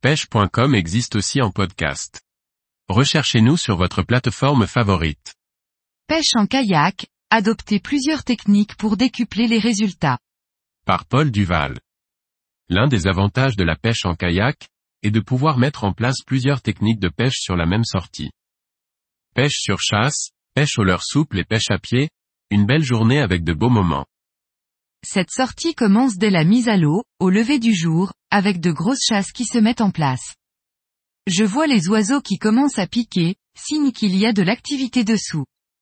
pêche.com existe aussi en podcast. Recherchez-nous sur votre plateforme favorite. Pêche en kayak, adoptez plusieurs techniques pour décupler les résultats. Par Paul Duval. L'un des avantages de la pêche en kayak est de pouvoir mettre en place plusieurs techniques de pêche sur la même sortie. Pêche sur chasse, pêche au leurre souple et pêche à pied, une belle journée avec de beaux moments. Cette sortie commence dès la mise à l'eau, au lever du jour, avec de grosses chasses qui se mettent en place. Je vois les oiseaux qui commencent à piquer, signe qu'il y a de l'activité dessous.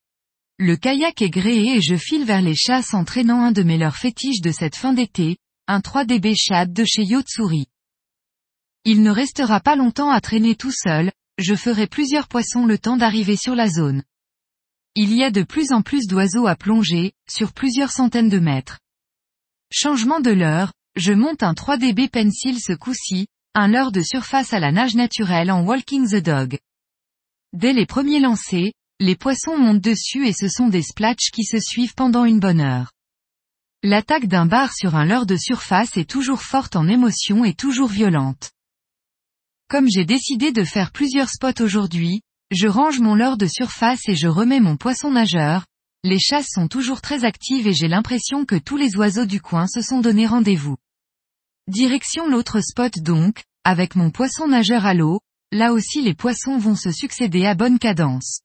Le kayak est gréé et je file vers les chasses en traînant un de mes leurres fétiches de cette fin d'été, un 3DB Shad de chez Yo-Tsuri. Il ne restera pas longtemps à traîner tout seul, je ferai plusieurs poissons le temps d'arriver sur la zone. Il y a de plus en plus d'oiseaux à plonger, sur plusieurs centaines de mètres. Changement de leurre, je monte un 3DB Pencil ce coup-ci, un leurre de surface à la nage naturelle en Walking the Dog. Dès les premiers lancers, les poissons montent dessus et ce sont des splatchs qui se suivent pendant une bonne heure. L'attaque d'un bar sur un leurre de surface est toujours forte en émotion et toujours violente. Comme j'ai décidé de faire plusieurs spots aujourd'hui, je range mon leurre de surface et je remets mon poisson nageur. Les chasses sont toujours très actives et j'ai l'impression que tous les oiseaux du coin se sont donné rendez-vous. Direction l'autre spot donc, avec mon poisson nageur à l'eau, là aussi les poissons vont se succéder à bonne cadence.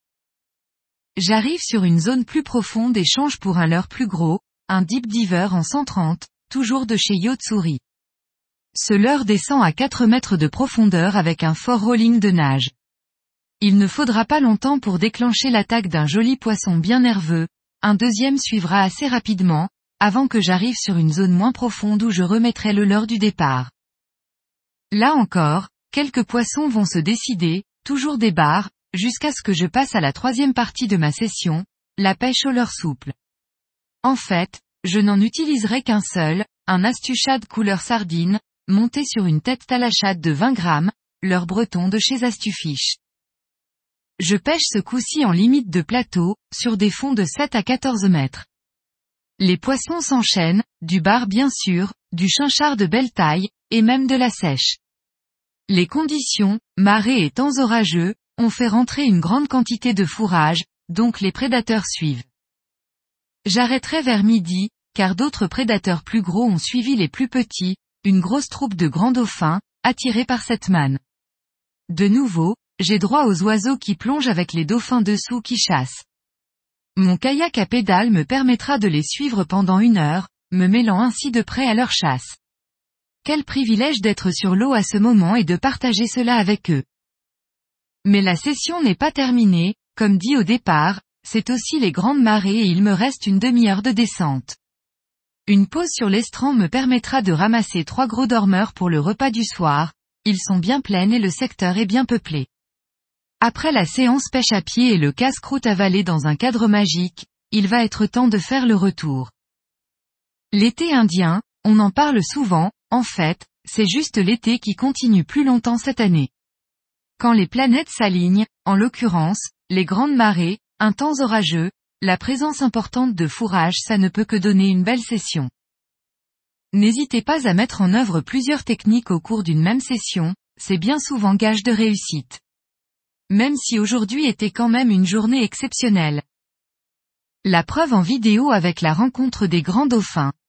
J'arrive sur une zone plus profonde et change pour un leurre plus gros, un Deep Diver en 130, toujours de chez Yo-Tsuri. Ce leurre descend à 4 mètres de profondeur avec un fort rolling de nage. Il ne faudra pas longtemps pour déclencher l'attaque d'un joli poisson bien nerveux, un deuxième suivra assez rapidement, avant que j'arrive sur une zone moins profonde où je remettrai le leurre du départ. Là encore, quelques poissons vont se décider, toujours des bars, jusqu'à ce que je passe à la troisième partie de ma session, la pêche au leurre souple. En fait, je n'en utiliserai qu'un seul, un Astushad couleur sardine, monté sur une tête talachade de 20 grammes, leurre breton de chez Astufish. Je pêche ce coup-ci en limite de plateau, sur des fonds de 7 à 14 mètres. Les poissons s'enchaînent, du bar bien sûr, du chinchard de belle taille, et même de la sèche. Les conditions, marée et temps orageux, ont fait rentrer une grande quantité de fourrage, donc les prédateurs suivent. J'arrêterai vers midi, car d'autres prédateurs plus gros ont suivi les plus petits, une grosse troupe de grands dauphins, attirés par cette manne. De nouveau, j'ai droit aux oiseaux qui plongent avec les dauphins dessous qui chassent. Mon kayak à pédales me permettra de les suivre pendant 1 heure, me mêlant ainsi de près à leur chasse. Quel privilège d'être sur l'eau à ce moment et de partager cela avec eux. Mais la session n'est pas terminée, comme dit au départ, c'est aussi les grandes marées et il me reste une demi-heure de descente. Une pause sur l'estran me permettra de ramasser 3 gros dormeurs pour le repas du soir, ils sont bien pleins et le secteur est bien peuplé. Après la séance pêche à pied et le casse-croûte avalé dans un cadre magique, il va être temps de faire le retour. L'été indien, on en parle souvent, en fait, c'est juste l'été qui continue plus longtemps cette année. Quand les planètes s'alignent, en l'occurrence, les grandes marées, un temps orageux, la présence importante de fourrage ça ne peut que donner une belle session. N'hésitez pas à mettre en œuvre plusieurs techniques au cours d'une même session, c'est bien souvent gage de réussite. Même si aujourd'hui était quand même une journée exceptionnelle. La preuve en vidéo avec la rencontre des grands dauphins.